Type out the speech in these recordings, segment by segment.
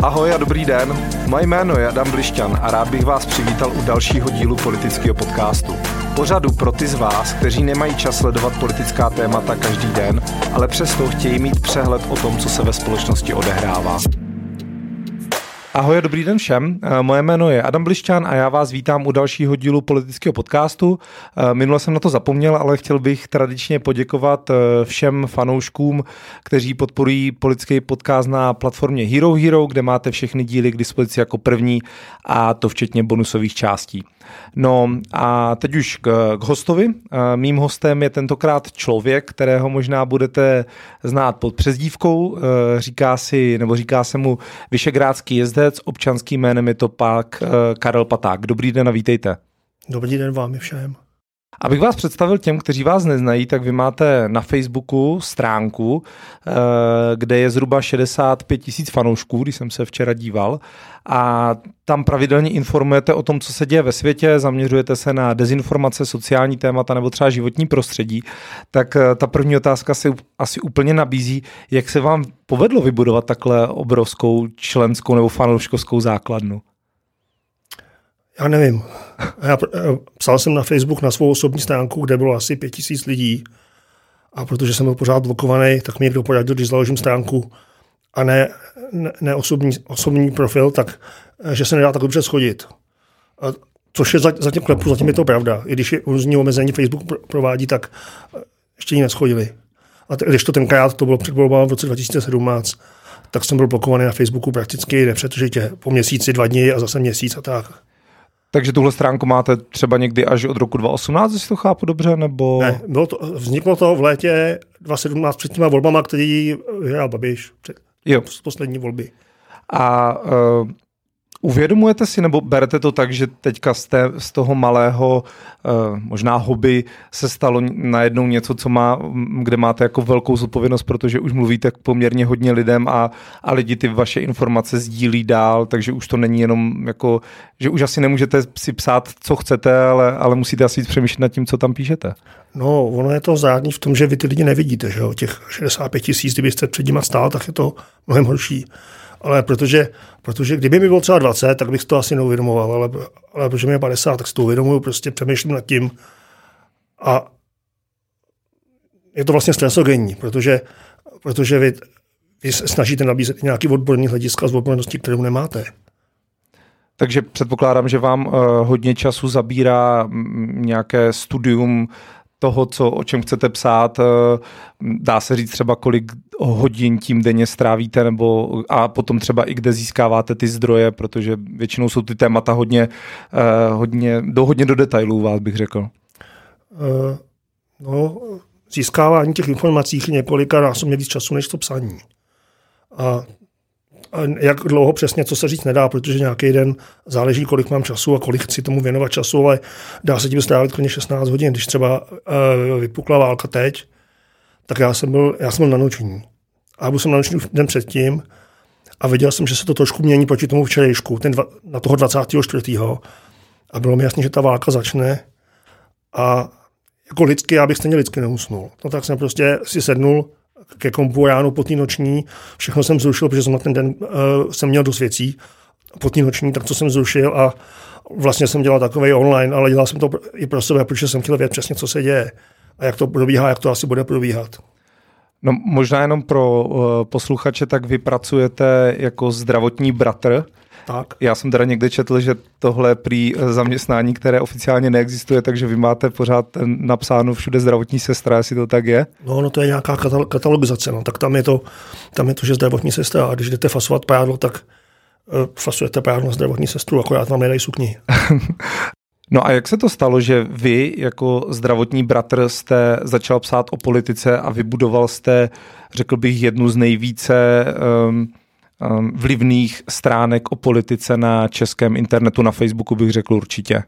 Ahoj a dobrý den. Moje jméno je Adam Blišťan a rád bych vás přivítal u dalšího dílu politického podcastu. Pořadu pro ty z vás, kteří nemají čas sledovat politická témata každý den, ale přesto chtějí mít přehled o tom, co se ve společnosti odehrává. Ahoj a dobrý den všem. Moje jméno je Adam Blišťan a já vás vítám u dalšího dílu politického podcastu. Minule jsem na to zapomněl, ale chtěl bych tradičně poděkovat všem fanouškům, kteří podporují politický podcast na platformě Hero Hero, kde máte všechny díly k dispozici jako první, a to včetně bonusových částí. No a teď už k hostovi. Mým hostem je tentokrát člověk, kterého možná budete znát pod přezdívkou. Říká se mu Vyšegrádský jezdec, občanským jménem je to pak Karel Paták. Dobrý den a vítejte. Dobrý den vám i všem. Abych vás představil těm, kteří vás neznají, tak vy máte na Facebooku stránku, kde je zhruba 65 000 fanoušků, když jsem se včera díval, a tam pravidelně informujete o tom, co se děje ve světě, zaměřujete se na dezinformace, sociální témata nebo třeba životní prostředí. Tak ta první otázka se asi úplně nabízí, jak se vám povedlo vybudovat takhle obrovskou členskou nebo fanouškovskou základnu? Já nevím. Já psal jsem na Facebook na svou osobní stránku, kde bylo asi 5 000 lidí, a protože jsem byl pořád blokovaný, tak mi někdo poradil, když založím stránku a ne osobní profil, tak že se nedá tak dobře schodit. Což je zatím klepu, zatím je to pravda. I když je různý omezení Facebook provádí, tak ještě ji neschodili. A když to tenkrát, to bylo před volbami v roce 2017, tak jsem byl blokovaný na Facebooku prakticky nepřetržitě po měsíci, 2 dny a zase měsíc a tak. Takže tuhle stránku máte třeba někdy až od roku 2018, jestli to chápu dobře, nebo... Ne, vzniklo to v létě 2017 před těma volbama, který vyhrál Babiš před poslední volby. A uvědomujete si, nebo berete to tak, že teďka z toho malého možná hobby se stalo najednou něco, kde máte jako velkou zodpovědnost, protože už mluvíte k poměrně hodně lidem a lidi ty vaše informace sdílí dál, takže už to není jenom jako, že už asi nemůžete si psát, co chcete, ale musíte asi přemýšlet nad tím, co tam píšete. No, ono je to zrádný v tom, že vy ty lidi nevidíte, že jo, těch 65 000, kdybyste před nima stál, tak je to mnohem horší. Ale protože kdyby mi bylo třeba 20, tak bych to asi neuvědomoval, ale protože mi je 50, tak si to uvědomuju, prostě přemýšlím nad tím. A je to vlastně stresogenní, protože vy snažíte nabízet nějaký odborný hlediska z odbornosti, kterou nemáte. Takže předpokládám, že vám hodně času zabírá nějaké studium toho, o čem chcete psát, dá se říct třeba kolik hodin tím denně strávíte, a potom třeba i kde získáváte ty zdroje, protože většinou jsou ty témata hodně do detailů, vás bych řekl. Získávání těch informací je několika násobně víc času než to psaní. A jak dlouho přesně, co se říct nedá, protože nějaký den záleží, kolik mám času a kolik chci tomu věnovat času, ale dá se tím strávit klidně 16 hodin. Když třeba vypukla válka teď, tak já jsem byl na noční. A byl jsem na noční den předtím a viděl jsem, že se to trošku mění proti tomu včerejšku, na toho 24. A bylo mi jasné, že ta válka začne. A jako lidsky, já bych stejně lidsky neusnul. No tak jsem prostě si sednul ke kompu ráno po té noční. Všechno jsem zrušil, protože jsem na ten den jsem měl dost věcí po té noční, tak co jsem zrušil, a vlastně jsem dělal takovej online, ale dělal jsem to i pro sebe, protože jsem chtěl vědět přesně, co se děje a jak to probíhá, jak to asi bude probíhat. No možná jenom pro posluchače, tak vy pracujete jako zdravotní bratr. Tak. Já jsem teda někde četl, že tohle je prý zaměstnání, které oficiálně neexistuje, takže vy máte pořád napsáno všude zdravotní sestra, jestli to tak je? No to je nějaká katalogizace, no. Tak tam je to, že zdravotní sestra, a když jdete fasovat prádlo, tak fasujete prádlo na zdravotní sestru, akorát vám nedají sukni. No a jak se to stalo, že vy jako zdravotní bratr jste začal psát o politice a vybudoval jste, řekl bych, jednu z nejvíce vlivných stránek o politice na českém internetu, na Facebooku bych řekl určitě?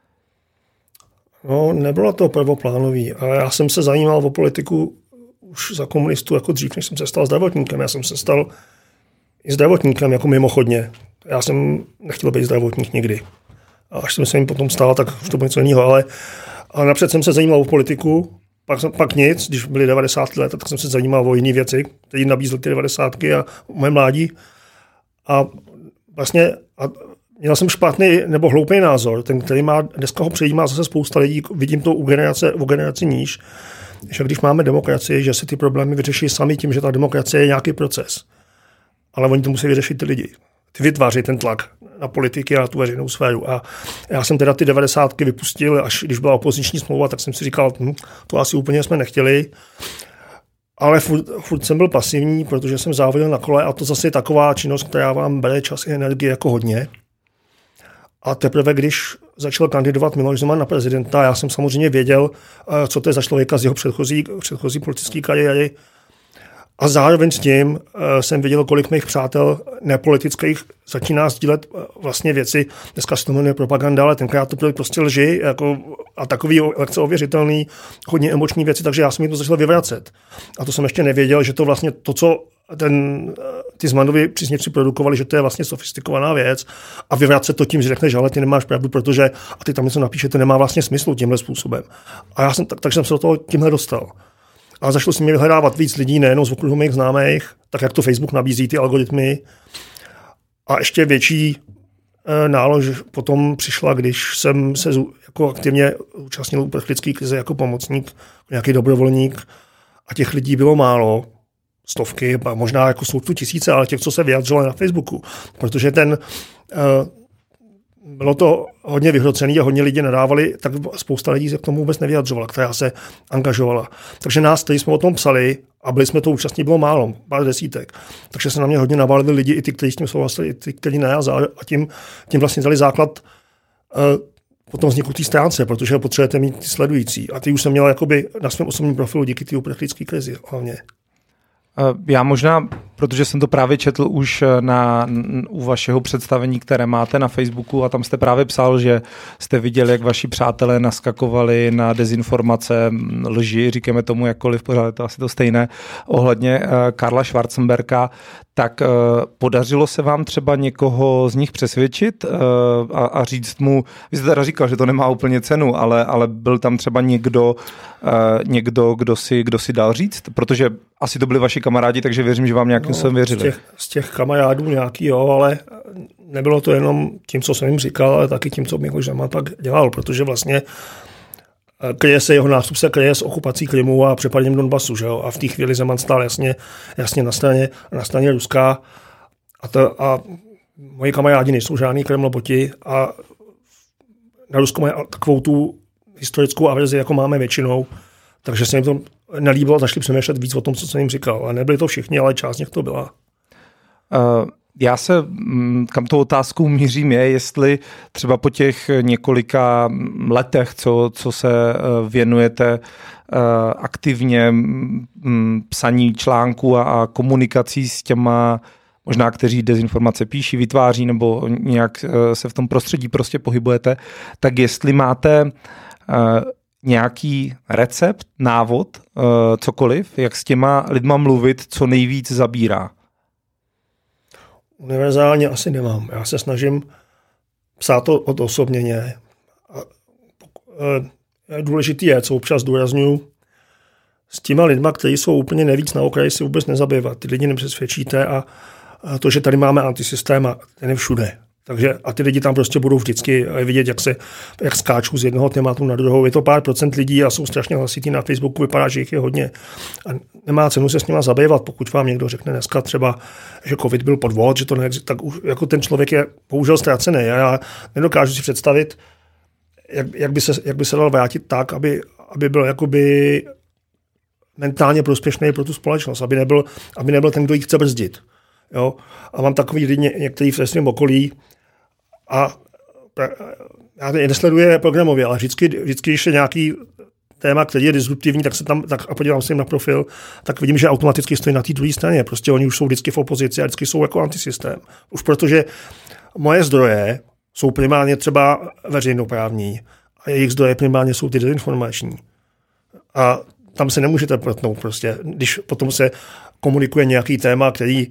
No, nebylo to prvoplánový. A já jsem se zajímal o politiku už za komunistů jako dřív, než jsem se stal zdravotníkem. Já jsem se stal i zdravotníkem jako mimochodně. Já jsem nechtěl být zdravotník nikdy. A až jsem se jim potom stal, tak už to bylo něco jiného. Ale napřed jsem se zajímal o politiku, pak nic, když byly 90 let, tak jsem se zajímal o jiné věci, které nabízely ty 90 a moje mládí. A vlastně měl jsem špatný nebo hloupý názor, ten, který má, dneska ho přejímá zase spousta lidí, vidím to u generaci níž, že když máme demokracii, že se ty problémy vyřeší sami tím, že ta demokracie je nějaký proces. Ale oni to musí vyřešit ty lidi. Ty vytváří ten tlak na politiky a na tu veřejnou sféru. A já jsem teda ty 90 vypustil, až když byla opoziční smlouva, tak jsem si říkal, to asi úplně jsme nechtěli. Ale furt jsem byl pasivní, protože jsem závodil na kole a to zase je taková činnost, která vám bere čas i energii jako hodně. A teprve, když začal kandidovat Miloš Zeman na prezidenta, já jsem samozřejmě věděl, co to je za člověka z jeho předchozí politické kariéry. A zároveň s tím jsem viděl, kolik mých přátel nepolitických začíná sdílet vlastně věci. Dneska se to jmenuje propaganda, ale tenkrát to byly prostě lži jako, a takový lehce ověřitelný, hodně emoční věci, takže já jsem jim to začal vyvracet. A to jsem ještě nevěděl, že to vlastně to, co ty Zemanovi příznivci produkovali, že to je vlastně sofistikovaná věc a vyvracet to tím, že řekneš, ale ty nemáš pravdu, protože a ty tam něco napíše, to nemá vlastně smysl tímhle způsobem. A já jsem takže jsem se do toho tímhle dostal. A začalo se mě vyhledávat víc lidí, nejenom z okruhu mých známých, tak jak to Facebook nabízí, ty algoritmy. A ještě větší nálož potom přišla, když jsem se jako aktivně účastnil uprchlické krize jako pomocník, nějaký dobrovolník a těch lidí bylo málo, stovky, a možná jako jsou tu tisíce, ale těch, co se vyjadřovali na Facebooku, protože bylo to hodně vyhrocený a hodně lidí nadávali, tak spousta lidí se k tomu vůbec nevyjadřovala, která se angažovala. Takže nás, kteří jsme o tom psali a byli jsme to účastní, bylo málo, pár desítek. Takže se na mě hodně navalili lidi, i ty, kteří s tím souhlasili, i ty, kteří ne, a tím vlastně dali základ potom vzniku té stránce, protože potřebujete mít ty sledující. A ty už jsem měl jakoby na svém osobním profilu díky té uprchlické krizi hlavně. Já možná, protože jsem to právě četl už u vašeho představení, které máte na Facebooku, a tam jste právě psal, že jste viděl, jak vaši přátelé naskakovali na dezinformace, lži, říkáme tomu jakkoliv, pořád je to asi to stejné, ohledně Karla Schwarzenberga, tak podařilo se vám třeba někoho z nich přesvědčit a říct mu, vy jste teda říkal, že to nemá úplně cenu, ale byl tam třeba někdo, kdo si dal říct, protože asi to byli vaši kamarádi, takže věřím, že vám nějakým způsobem věřili. Z těch kamarádů nějaký, jo, ale nebylo to jenom tím, co jsem jim říkal, ale taky tím, co Miloš Zeman pak dělal, protože vlastně kryje se jeho nástupce, kryje s okupací Krymu a přepadením Donbasu, že jo, a v té chvíli Zeman stál jasně na straně Ruska a moji kamarádi nejsou žádný kremloboti a na Rusku mají takovou tu historickou averzi, jako máme většinou, takže se jim to nelíbilo, začali přemýšlet víc o tom, co jsem jim říkal. A nebyli to všichni, ale část z nich to byla. Já se, kam tou otázkou mířím, je, jestli třeba po těch několika letech, co se věnujete aktivně psaní článků a komunikací s těma, možná kteří dezinformace píší, vytváří nebo nějak se v tom prostředí prostě pohybujete, tak jestli máte nějaký recept, návod, cokoliv, jak s těma lidma mluvit, co nejvíc zabírá? Univerzálně asi nemám. Já se snažím psát to odosobněně. Důležitý je, co občas důrazňuji, s těma lidma, kteří jsou úplně nevíc na okraji, si vůbec nezabývat. Ty lidi nepřesvědčíte a to, že tady máme antisystém, a ten je všude. Takže a ty lidi tam prostě budou vždycky vidět, jak skáčou z jednoho tématu na druhou. Je to pár procent lidí a jsou strašně hlasití na Facebooku, vypadá, že jich je hodně. A nemá cenu se s nima zabývat, pokud vám někdo řekne dneska třeba, že covid byl podvod, že to neexistuje, tak už jako ten člověk je bohužel ztracený. A já nedokážu si představit, jak by se dal vrátit tak, aby byl jakoby mentálně prospěšný pro tu společnost, aby nebyl ten, kdo ji chce brzdit. Jo? A mám takový lidi některý v svém okolí a já je nesleduje programově, ale vždycky, když je nějaký téma, který je disruptivní, tak se tam a podívám se jim na profil, tak vidím, že automaticky stojí na té druhé straně. Prostě oni už jsou vždycky v opozici a vždycky jsou jako antisystém. Už protože moje zdroje jsou primárně třeba veřejnoprávní a jejich zdroje primárně jsou ty dezinformační. A tam se nemůžete protnout prostě, když potom se komunikuje nějaký téma, který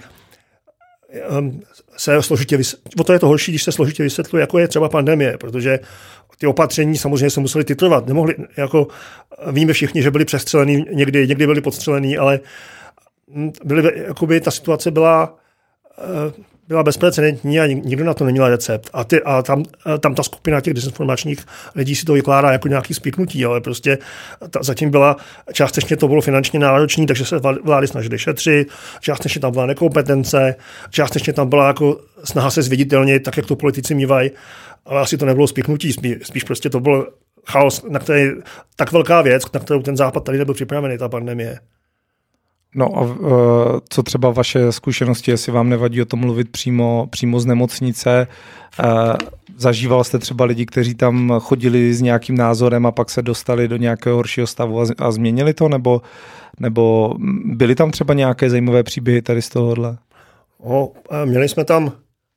se složitě o to je to horší, když se složitě vysvětluje, jako je třeba pandemie, protože ty opatření samozřejmě se museli titrovat. Nemohli, jako víme všichni, že byli přestřelený, někdy byli podstřelený, ale jakoby ta situace byla byla bezprecedentní a nikdo na to neměl recept. A tam ta skupina těch dezinformačních lidí si to vykládá jako nějaký spiknutí, ale prostě zatím byla, částečně to bylo finančně náročné, takže se vlády snažily šetřit, částečně tam byla nekompetence, částečně tam byla jako snaha se zviditelnit, tak jak to politici mívají, ale asi to nebylo spiknutí, spíš prostě to byl chaos, na který tak velká věc, na kterou ten Západ tady nebyl připravený, ta pandemie. No a co třeba vaše zkušenosti, jestli vám nevadí o tom mluvit přímo z nemocnice, zažíval jste třeba lidi, kteří tam chodili s nějakým názorem a pak se dostali do nějakého horšího stavu a změnili to, nebo byly tam třeba nějaké zajímavé příběhy tady z tohohle? Měli jsme tam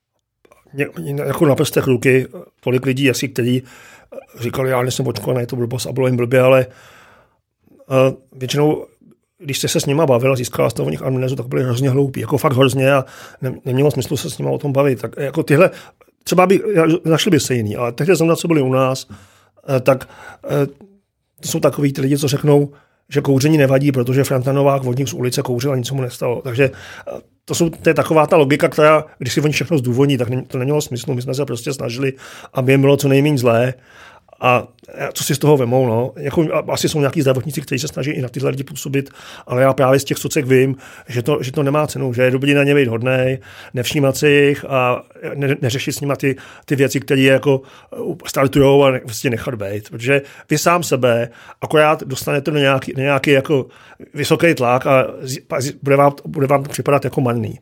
jako na prstech ruky tolik lidí, kteří říkali, já nejsem očkovaný, to blbost a bylo jim blbě, ale většinou když jste se s nima bavil a získala jste o nich amnézu, tak byli hrozně hloupí, jako fakt hrozně a nemělo smyslu se s nima o tom bavit. Tak jako tyhle, třeba našli by se jiný, ale tehdy zrovna, co byli u nás, tak to jsou takový ty lidi, co řeknou, že kouření nevadí, protože Franta Novák od nich z ulice kouřil a nic mu nestalo. Takže to je taková ta logika, která, když si oni všechno zdůvodní, tak to nemělo smysl. My jsme se prostě snažili, aby jim bylo co nejméně zlé. A co si z toho vemou, no? Jako, asi jsou nějaký zdravotníci, kteří se snaží i na tyhle lidi působit, ale já právě z těch socek vím, že to nemá cenu, že je dobrý na ně být hodnej, nevšímat si jich a neřešit s nima ty věci, které jako startujou a vlastně nechat být. Protože vy sám sebe akorát dostanete do nějaký jako vysoký tlak a bude vám to připadat jako marný.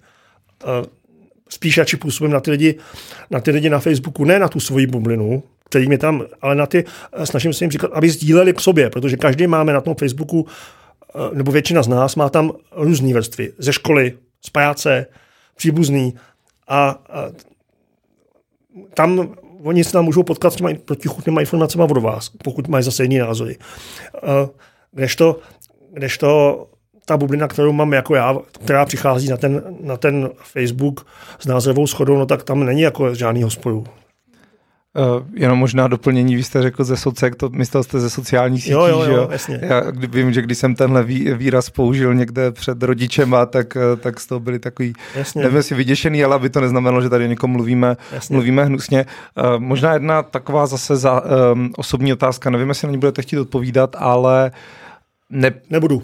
Spíš radši působím na ty lidi na Facebooku, ne na tu svoji bublinu, který mi tam, ale snažím se jim říkat, aby sdíleli k sobě, protože každý máme na tom Facebooku, nebo většina z nás má tam různé vrstvy. Ze školy, z práce, příbuzný a tam oni se tam můžou potkat s těma protichůdnýma informacemi od vás, pokud mají zase jiný názory. Kdežto ta bublina, kterou mám jako já, která přichází na ten Facebook s názorovou shodou, no tak tam není jako žádnýho sporu. Jenom možná doplnění, vy jste řekl ze socek, to myslel jste ze sociálních sítí, že jo? Jasně. Já vím, že když jsem tenhle výraz použil někde před rodičema, tak z toho byli takový, nevím, jestli vyděšený, ale aby to neznamenalo, že tady někomu mluvíme hnusně. Možná jedna taková zase osobní otázka, nevím, jestli na ní budete chtít odpovídat, ale Nebudu.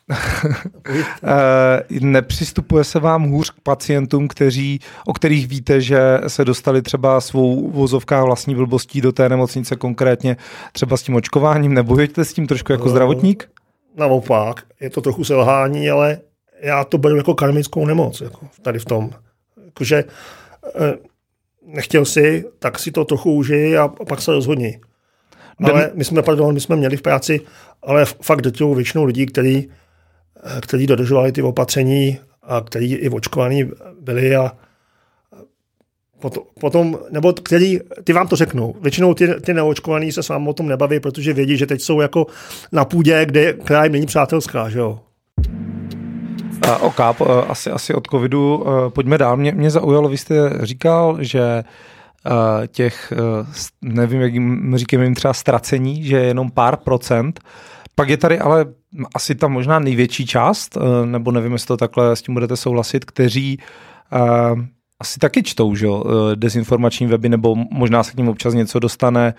Nepřistupuje se vám hůř k pacientům, o kterých víte, že se dostali třeba svou vozovkách vlastní blbostí do té nemocnice, konkrétně třeba s tím očkováním? Nebojujete s tím trošku jako zdravotník? Naopak, je to trochu selhání, ale já to beru jako karmickou nemoc, jako tady v tom. Jakože nechtěl si, tak si to trochu užij a pak se rozhodni. Ale my jsme měli v práci, ale fakt drtivou většinou lidí, kteří dodržovali ty opatření a kteří i očkovaní byli a potom, nebo ty vám to řeknou. Většinou ty neočkovaní se s vámi o tom nebaví, protože vědí, že teď jsou jako na půdě, která jim není přátelská, že jo. Asi od covidu pojďme dál. Mě zaujalo, vy jste říkal, že nevím, jak jim říkáme, třeba ztracení, že je jenom pár procent. Pak je tady ale asi tam možná největší část, nebo nevím, jestli to takhle s tím budete souhlasit, kteří asi taky čtou, že jo, dezinformační weby, nebo možná se k ním občas něco dostane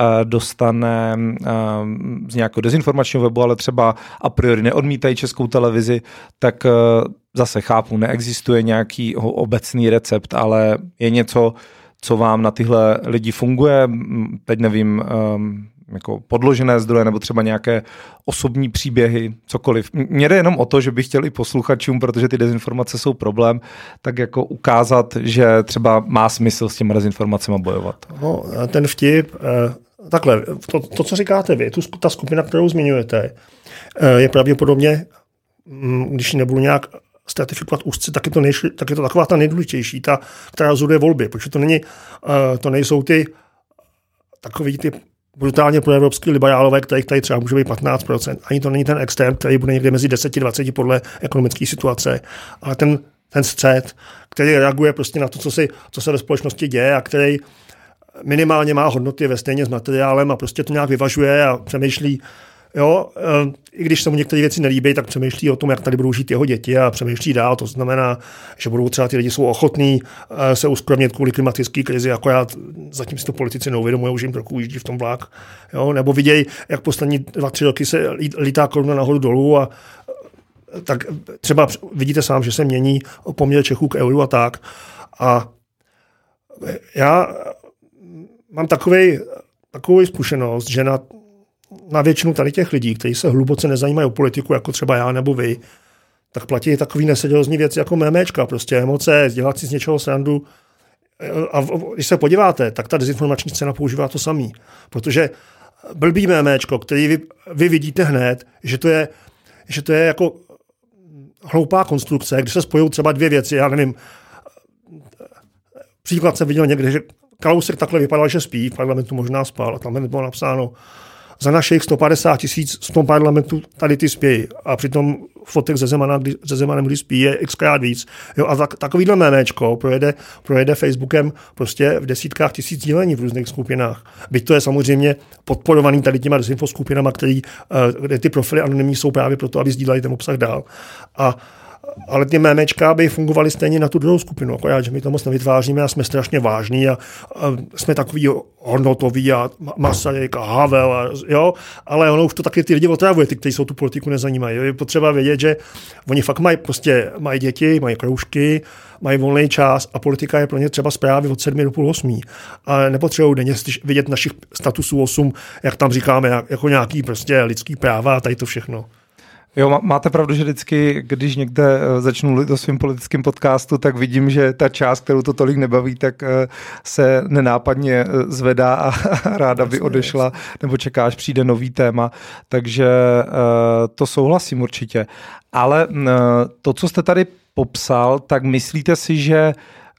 z nějakého dezinformačního webu, ale třeba a priori neodmítají Českou televizi, tak zase chápu, neexistuje nějaký obecný recept, ale je něco, co vám na tyhle lidi funguje, teď nevím, jako podložené zdroje nebo třeba nějaké osobní příběhy, cokoliv. Mně jde jenom o to, že bych chtěl i posluchačům, protože ty dezinformace jsou problém, tak jako ukázat, že třeba má smysl s těmi dezinformacemi bojovat. No, ten vtip, takhle, to co říkáte vy, ta skupina, kterou zmiňujete, je pravděpodobně, když nebudu nějak stratifikovat úzce, tak je to taková ta nejdůležitější, ta, která rozhoduje volby, protože to nejsou ty takový ty brutálně proevropský liberálové, kterých tady třeba může být 15%. Ani to není ten extrém, který bude někde mezi 10-20 podle ekonomické situace, ale ten střed, který reaguje prostě na to, co se ve společnosti děje a který minimálně má hodnoty ve stejně s materiálem a prostě to nějak vyvažuje a přemýšlí, Jo, i když se mu některé věci nelíbí, tak přemýšlí o tom, jak tady budou žít jeho děti a přemýšlí dál. To znamená, že budou třeba ty lidi jsou ochotní se uskromnit kvůli klimatické krizi, akorát zatím si to politici neuvědomují, že jim trochu ujíždí v tom vlak. Jo, nebo vidějí, jak poslední 2-3 roky se lítá koruna nahoru dolů a tak třeba vidíte sám, že se mění poměr Čechů k euru a tak. A já mám takovou zkušenost, že na většinu tady těch lidí, kteří se hluboce nezajímají o politiku, jako třeba já nebo vy, tak platí takový neseriózní věci jako méméčka, prostě emoce, dělat si z něčeho srandu. A když se podíváte, tak ta dezinformační scéna používá to samý. Protože blbý méméčko, který vy vidíte hned, že to je jako hloupá konstrukce, když se spojují třeba 2 věci, já nevím, příklad jsem viděl někde, že Kalousek takhle vypadal, že spí, v parlamentu možná spal, a tam bylo napsáno, za našich 150 000 v tom parlamentu tady ty spějí. A přitom fotek ze Zemanem, když spí, je xkrát víc. Jo, a takovýhle méméčko projede Facebookem prostě v desítkách tisíc dílení v různých skupinách. Byť to je samozřejmě podporovaný tady těma dezinfoskupinama, kde ty profily anonymní jsou právě proto, aby sdíleli ten obsah dál. Ale ty mémečka by fungovaly stejně na tu druhou skupinu, akorát, že my to moc nevytváříme a jsme strašně vážní a jsme takový hodnotoví a Masaryk a Havel, jo, ale ono už to taky ty lidi otravuje, ty, kteří jsou tu politiku nezajímají. Je potřeba vědět, že oni fakt mají děti, mají kroužky, mají volný čas a politika je pro ně třeba zprávy od 7 do půl 8. A nepotřebují denně vidět našich statusů 8, jak tam říkáme, jako nějaký prostě lidský práva a tady to všechno. Jo, máte pravdu, že vždycky, když někde začnu mluvit o svým politickém podcastu, tak vidím, že ta část, kterou to tolik nebaví, tak se nenápadně zvedá a ráda by odešla, nebo čeká, až přijde nový téma. Takže to souhlasím určitě. Ale to, co jste tady popsal, tak myslíte si, že...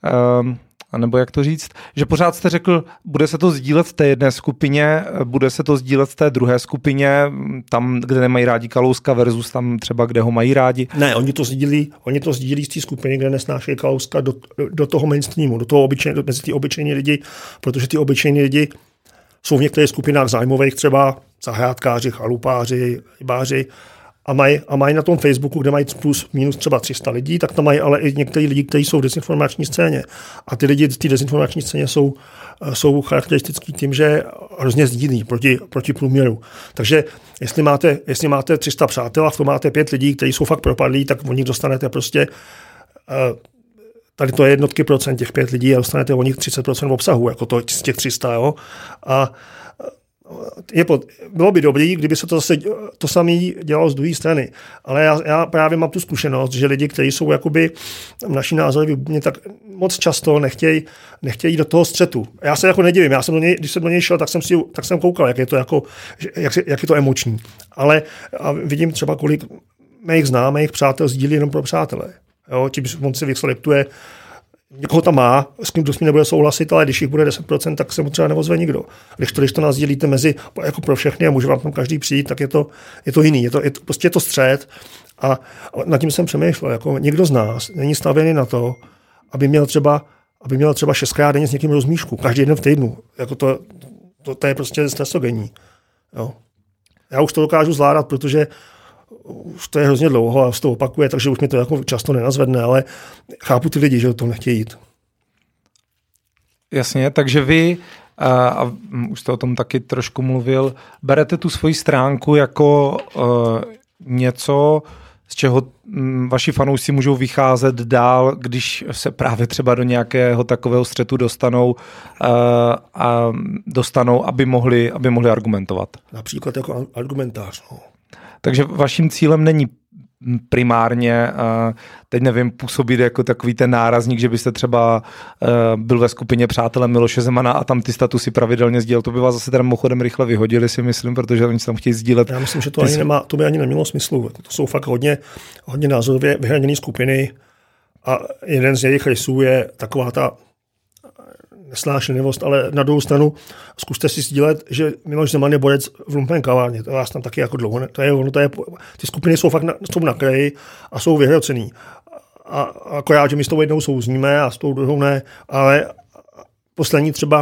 A nebo jak to říct, že pořád jste řekl, bude se to sdílet v té jedné skupině, bude se to sdílet v té druhé skupině, tam, kde nemají rádi Kalouska versus tam třeba, kde ho mají rádi. Ne, oni to sdílí z té skupiny, kde nesnášejí Kalouska do toho mainstreamu, do toho mezi ty obyčejní lidi, protože ty obyčejní lidi jsou v některých skupinách zájmových, třeba zahrádkáři, chalupáři, rybáři, a mají na tom Facebooku, kde mají plus minus třeba 300 lidí, tak tam mají ale i některý lidi, kteří jsou v dezinformační scéně. A ty lidi v té dezinformační scéně jsou charakteristický tím, že hrozně sdílí proti průměru. Takže jestli máte 300 přátel a v tom máte 5 lidí, kteří jsou fakt propadlí, tak o nich dostanete prostě tady to je jednotky procent těch 5 lidí a dostanete o nich 30% obsahu, jako to z těch 300, jo. A bylo by dobrý, kdyby se to samé dělalo z druhé strany. Ale já právě mám tu zkušenost, že lidi, kteří jsou jakoby naši názory mě tak moc často nechtějí do toho střetu. Já se jako nedivím. Když jsem do něj šel, tak jsem koukal, jak je to emoční. Ale vidím třeba, kolik mých známých přátel sdílí jenom pro přátelé. Jo, tím on si vyselektuje, někoho tam má, s kým to nebude souhlasit, ale když jich bude 10%, tak se mu třeba neozve nikdo. Když to nás dělíte mezi jako pro všechny a může vám tam každý přijít, tak je to jiný. Prostě je to střed a nad tím jsem přemýšlel. Jako někdo z nás není stavěný na to, aby měl třeba 6krát denně s někým rozmíšku, každý den v týdnu. Jako to je prostě stresogenní. Jo. Já už to dokážu zvládat, protože už to je hrozně dlouho a se to opakuje, takže už mi to jako často nenazvedne, ale chápu ty lidi, že to nechtějí jít. Jasně, takže vy, a už jste o tom taky trošku mluvil, berete tu svoji stránku jako něco, z čeho vaši fanoušci můžou vycházet dál, když se právě třeba do nějakého takového střetu dostanou, aby mohli argumentovat. Například jako argumentář. No. Takže vaším cílem není primárně, teď nevím, působit jako takový ten nárazník, že byste třeba byl ve skupině přátelé Miloše Zemana a tam ty statusy pravidelně sdílel. To by vás zase teda mimochodem rychle vyhodili, si myslím, protože oni se tam chtějí sdílet. Já myslím, že to by ani nemělo smyslu. To jsou fakt hodně názorově vyhraněné skupiny a jeden z jejich rysů je taková ta nesnášenlivost, ale na druhou stranu zkuste si sdílet, že Miloš Zeman je borec v lumpen kavárně. To vás tam taky jako dlouho. Ty skupiny jsou fakt na kraji a jsou vyhrocený. A akorát, že my s tou jednou souzníme a s tou druhou ne, ale poslední třeba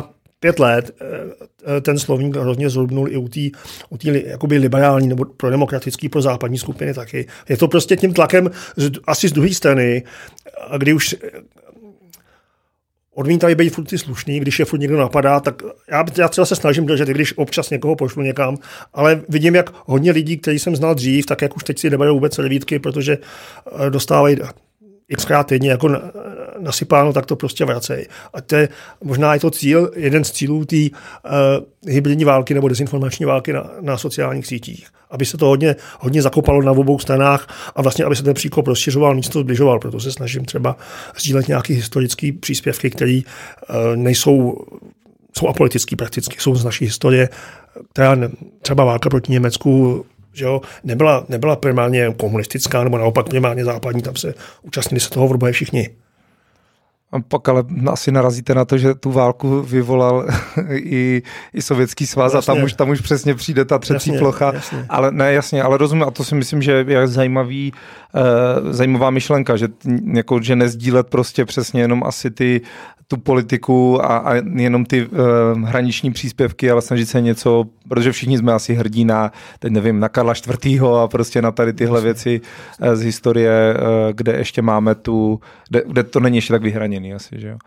5 let ten slovník hrozně zrubnul i u té jakoby liberální nebo pro demokratický, pro západní skupiny taky. Je to prostě tím tlakem asi z druhé strany, kdy už odmítají být furt ty slušný, když je furt někdo napadá, tak já třeba se snažím držet, když občas někoho pošlu někam, ale vidím, jak hodně lidí, kteří jsem znal dřív, tak jak už teď si neberou vůbec servítky, protože dostávají xkrát týdně jako nasypáno, tak to prostě vracejí. A to je možná i to cíl, jeden z cílů té hybridní války nebo dezinformační války na sociálních sítích. Aby se to hodně zakopalo na obou stranách a vlastně, aby se ten příkop rozšiřoval, místo zbližoval. Proto se snažím třeba sdílet nějaké historické příspěvky, které jsou apolitický prakticky, jsou z naší historie, která třeba válka proti Německu, že jo, nebyla primárně komunistická, nebo naopak primárně západní, tam se účastnili se toho v všichni. A pak ale asi narazíte na to, že tu válku vyvolal i Sovětský svaz a tam už přesně přijde ta třecí plocha. Jasně. Ale ne, jasně, ale rozumím, a to si myslím, že je zajímavá myšlenka, že nezdílet prostě přesně jenom asi tu politiku a jenom ty hraniční příspěvky, ale snažit se něco, protože všichni jsme asi hrdí na Karla IV. A prostě na tady tyhle věci z historie, kde ještě máme kde to není ještě tak vyhraněný asi, že jo.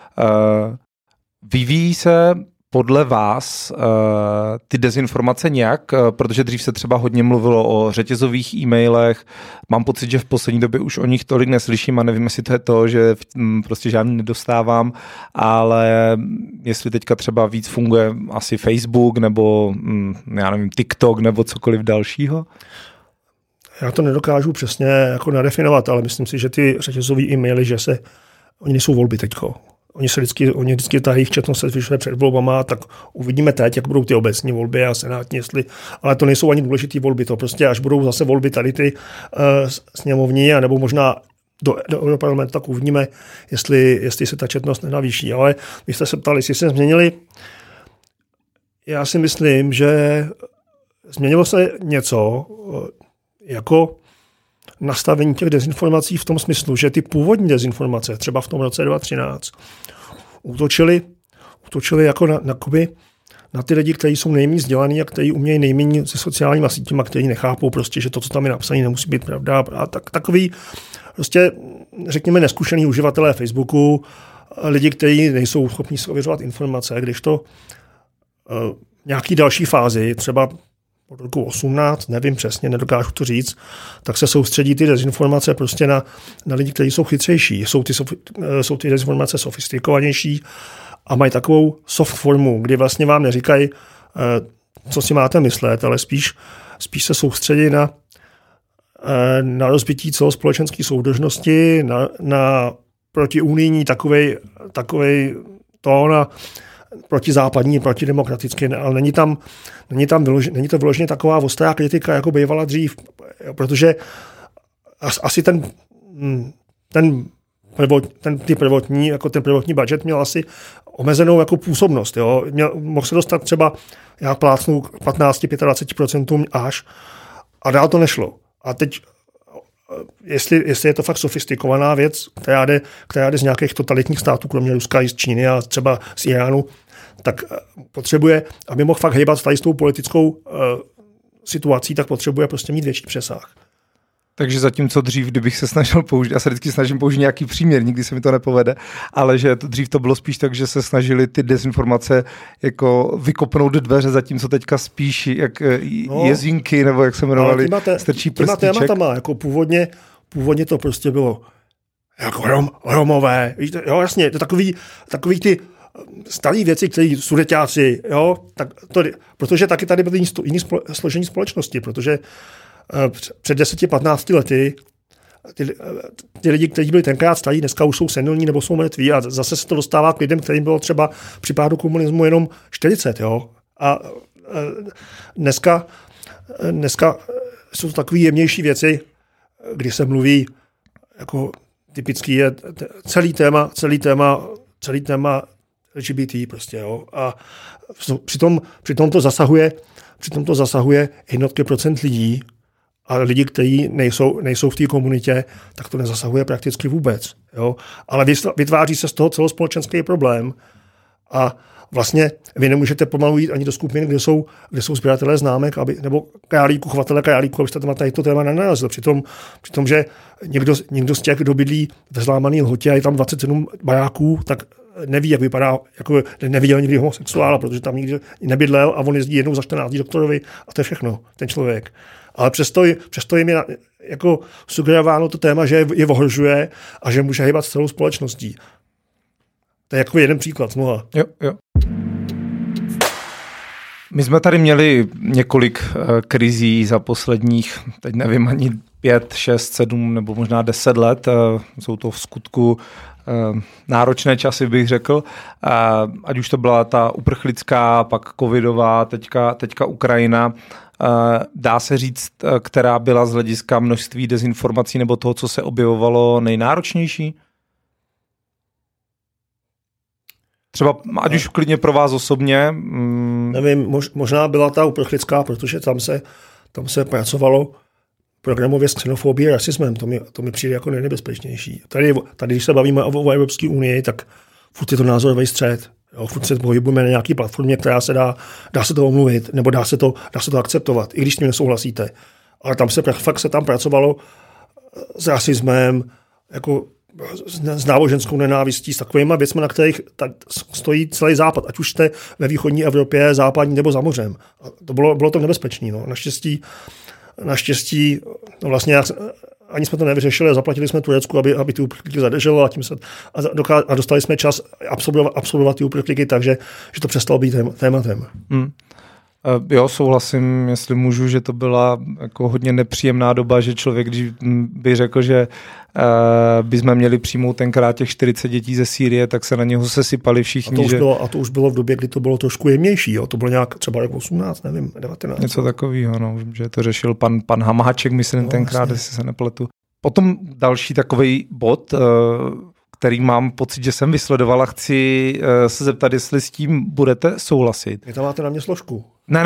Vyvíjí se podle vás ty dezinformace nějak, protože dřív se třeba hodně mluvilo o řetězových e-mailech, mám pocit, že v poslední době už o nich tolik neslyším a nevím, jestli to je to, že prostě žádný nedostávám, ale jestli teďka třeba víc funguje asi Facebook nebo já nevím, TikTok nebo cokoliv dalšího? Já to nedokážu přesně jako nadefinovat, ale myslím si, že ty řetězový e-maily, oni nejsou volby teďko. Oni vždycky ta jejich četnost se zvyšuje před volbama, tak uvidíme teď, jak budou ty obecní volby a senátní, ale to nejsou ani důležitý volby, to prostě až budou zase volby tady ty sněmovní, nebo možná do Europarlamentu, tak uvidíme, jestli se ta četnost nenavýší. Ale vy jste se ptali, jestli se změnili. Já si myslím, že změnilo se něco jako nastavení těch dezinformací v tom smyslu, že ty původní dezinformace, třeba v tom roce 2013, útočili jako na ty lidi, kteří jsou nejméně vzdělaní a kteří umějí nejméně se sociálníma sítěma, kteří nechápou prostě, že to, co tam je napsané, nemusí být pravda. A takový prostě, řekněme, neskušený uživatelé Facebooku, lidi, kteří nejsou schopni si ověřovat informace, když to nějaký další fázi, třeba od roku 18, nevím přesně, nedokážu to říct, tak se soustředí ty dezinformace prostě na lidi, kteří jsou chytřejší. Jsou ty dezinformace sofistikovanější a mají takovou soft formu, kdy vlastně vám neříkají, co si máte myslet, ale spíš se soustředí na rozbití celospolečenské soudržnosti, na protiunijní takovej tón a protizápadní, protidemokratický, ale není to vyloženě taková ostrá kritika, jako bývala dřív, protože asi ten prvotní budget měl asi omezenou jako působnost. Jo? Mohl se dostat třeba, já plácnu 15-25% až a dál to nešlo. A teď, jestli je to fakt sofistikovaná věc, která jde z nějakých totalitních států, kromě Ruska i z Číny a třeba z Iránu, tak potřebuje, aby mohl fakt hýbat tady s tou politickou situací, tak potřebuje prostě mít větší přesah. Takže zatímco dřív, kdybych se snažil použít, já se vždycky snažím použít nějaký příměr, nikdy se mi to nepovede, ale že dřív to bylo spíš tak, že se snažili ty dezinformace jako vykopnout dveře, zatímco teďka spíš jak jezinky, nebo jak se jmenovali, strčí prstíček. Těma tématama, jako původně to prostě bylo jako Romové, víte, jo, jasně, to takový ty staré věci, které sudeťáci, jo, tak to, protože taky tady byly jiný složení společnosti, protože před 10-15 lety ty lidi, kteří byli tenkrát starí, dneska už jsou senilní nebo jsou mrtví a zase se to dostává k lidem, kterým bylo třeba při pádu komunismu jenom 40, jo. A dneska jsou to takové jemnější věci, kdy se mluví, jako typický je celý téma LGBT prostě, jo. A přitom to zasahuje jednotky procent lidí, a lidi, kteří nejsou v té komunitě, tak to nezasahuje prakticky vůbec. Jo? Ale vytváří se z toho celospolečenský problém vlastně vy nemůžete pomalu jít ani do skupin, kde jsou sběratelé známek, nebo chovatelé králíků, abyste tam na to téma nenarazil. Přitom, že někdo z těch, kdo bydlí ve Zlámaný Lhotě a je tam 27 baráků, tak neví, jak vypadá, jako neviděl nikdy homosexuála, protože tam nikdy nebydlel a on jezdí jednou za 14 doktorovi a to je všechno, ten člověk. Ale přesto jim je jako sugerováno to téma, že je ohrožuje a že může hýbat s celou společností. To je jako jeden příklad z mnoha. Jo. My jsme tady měli několik krizí za posledních, teď nevím, ani 5, 6, 7 nebo možná 10 let. Jsou to v skutku náročné časy, bych řekl. Ať už to byla ta uprchlická, pak covidová, teďka Ukrajina. Dá se říct, která byla z hlediska množství dezinformací nebo toho, co se objevovalo, nejnáročnější? Třeba, ať už klidně pro vás osobně. Nevím, možná byla ta uprchlická, protože tam se pracovalo programově s xenofobí a rasismem. To mi přijde jako nejnebezpečnější. Tady, když se bavíme o Evropské unii, tak furt je to názorový střed. Furt se pohybujeme na nějaké platformě, která se dá se to omluvit, nebo dá se to akceptovat, i když s tím nesouhlasíte. Ale tam se pracovalo s rasismem, jako s náboženskou nenávistí, s takovýma věcmi, na kterých stojí celý západ, ať už jste ve východní Evropě, západní nebo za mořem. To bylo to nebezpečné. No. Naštěstí no vlastně ani jsme to nevyřešili, zaplatili jsme Turecku, aby ty uprchlíky zadrželo a dostali jsme čas absorbovat ty uprchlíky, takže že to přestalo být tématem. Jo, souhlasím, jestli můžu, že to byla jako hodně nepříjemná doba, že člověk, když by řekl, že bychom měli přijmout tenkrát těch 40 dětí ze Sýrie, tak se na něho sesypali všichni. A to už bylo v době, kdy to bylo trošku jemnější. Jo? To bylo nějak třeba jako 18, nevím, 19. Něco takového, no, že to řešil pan Hamáček, myslím, no, tenkrát, jestli se nepletu. Potom další takovej bod, který mám pocit, že jsem vysledoval a chci se zeptat, jestli s tím budete souhlasit. Vy tam máte na mě složku. Ne,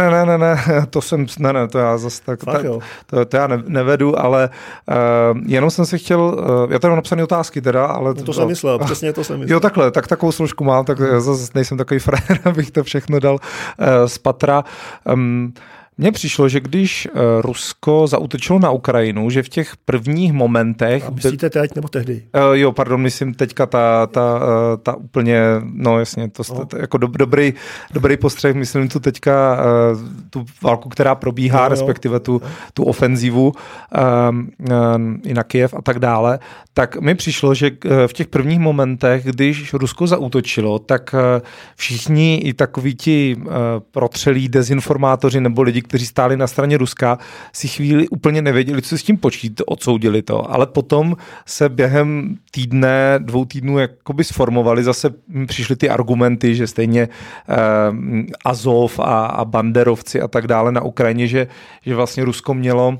to já zase tak, to já nevedu, ale jenom jsem se chtěl, já tady mám napsané otázky teda, ale... No to jsem myslel, přesně to jsem myslel. Jo, takhle, tak takovou složku mám, tak zase nejsem takový frajer, abych to všechno dal z patra. Mně přišlo, že když Rusko zaútočilo na Ukrajinu, že v těch prvních momentech... A myslíte teď nebo tehdy? Jo, pardon, myslím teďka ta úplně, no jasně, to jako dobrý postřeh, myslím tu teďka tu válku, která probíhá, respektive tu ofenzivu i na Kyjev a tak dále, tak mi přišlo, že v těch prvních momentech, když Rusko zaútočilo, tak všichni i takoví ti protřelí dezinformátoři nebo lidi, kteří stáli na straně Ruska, si chvíli úplně nevěděli, co s tím počít, odsoudili to, ale potom se během týdne, 2 týdnů jakoby sformovali, zase přišly ty argumenty, že stejně Azov a banderovci a tak dále na Ukrajině, že vlastně Rusko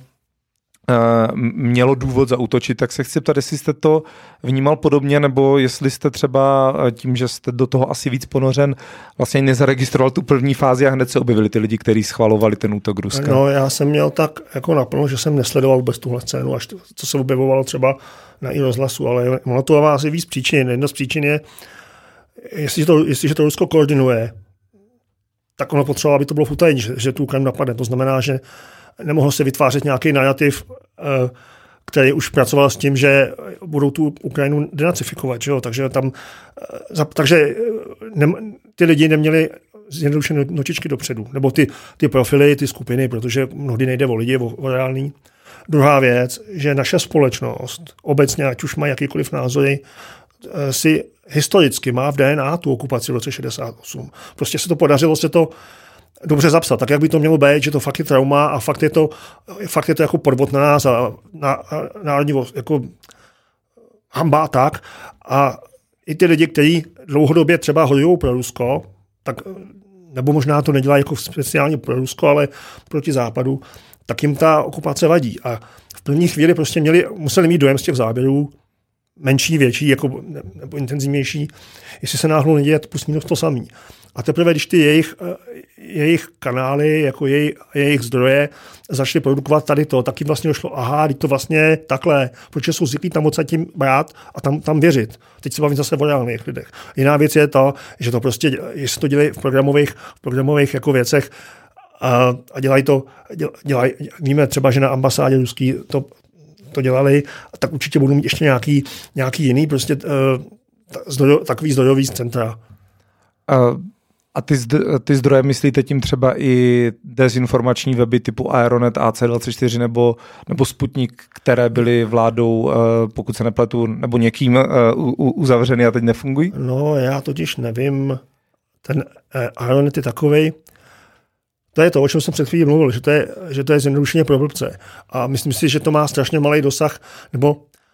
mělo důvod zaútočit, tak se chci ptát, jestli jste to vnímal podobně, nebo jestli jste třeba tím, že jste do toho asi víc ponořen, vlastně nezaregistroval tu první fázi a hned se objevili ty lidi, kteří schvalovali ten útok Ruska. No, já jsem měl tak jako naplno, že jsem nesledoval vůbec tuhle scénu, až co se objevovalo třeba na iRozhlasu, ale ono to má asi víc příčin. Jedna z příčin je, jestliže to Rusko koordinuje, tak ono potřebovalo, aby to bylo v utajení, že tu Ukrajinu napadne. To znamená, že nemohl se vytvářet nějaký narrativ, který už pracoval s tím, že budou tu Ukrajinu denacifikovat. Že jo? Takže ty lidi neměli zjednodušené nočičky dopředu. Nebo ty profily, ty skupiny, protože mnohdy nejde o lidi, o reální. Druhá věc, že naše společnost obecně, ať už má jakýkoliv názory, si historicky má v DNA tu okupaci v roce 68. Prostě se to podařilo dobře zapsat, tak jak by to mělo být, že to fakt je trauma a fakt je to jako podvod na nás a na národní jako hamba tak. A i ty lidi, kteří dlouhodobě třeba hojují pro Rusko, tak, nebo možná to nedělají jako speciálně pro Rusko, ale proti západu, tak jim ta okupace vadí. A v první chvíli prostě museli mít dojem z těch záběrů, menší, větší, nebo intenzivnější, jestli se náhodou neděje plus minus to samý. A teprve, když ty jejich kanály, jako jejich zdroje začaly produkovat tady to, tak jim vlastně došlo, aha, teď to vlastně takhle, protože jsou zvyklí tam odsaď tím brát a tam věřit. Teď se bavím zase o reálných lidech. Jiná věc je to, že to prostě, že se to dělají v programových jako věcech a dělají, víme třeba, že na ambasádě ruský to dělali, tak určitě budou mít ještě nějaký jiný prostě takový zdrojový centra. A ty zdroje myslíte tím třeba i dezinformační weby typu Aeronet, AC24 nebo Sputnik, které byly vládou, pokud se nepletu, nebo někým uzavřeny a teď nefungují? No, já totiž nevím. Ten Aeronet je takovej, to je to, o čem jsem před chvílí mluvil, že to je zjednodušeně pro blbce. A myslím si, že to má strašně malý dosah, nebo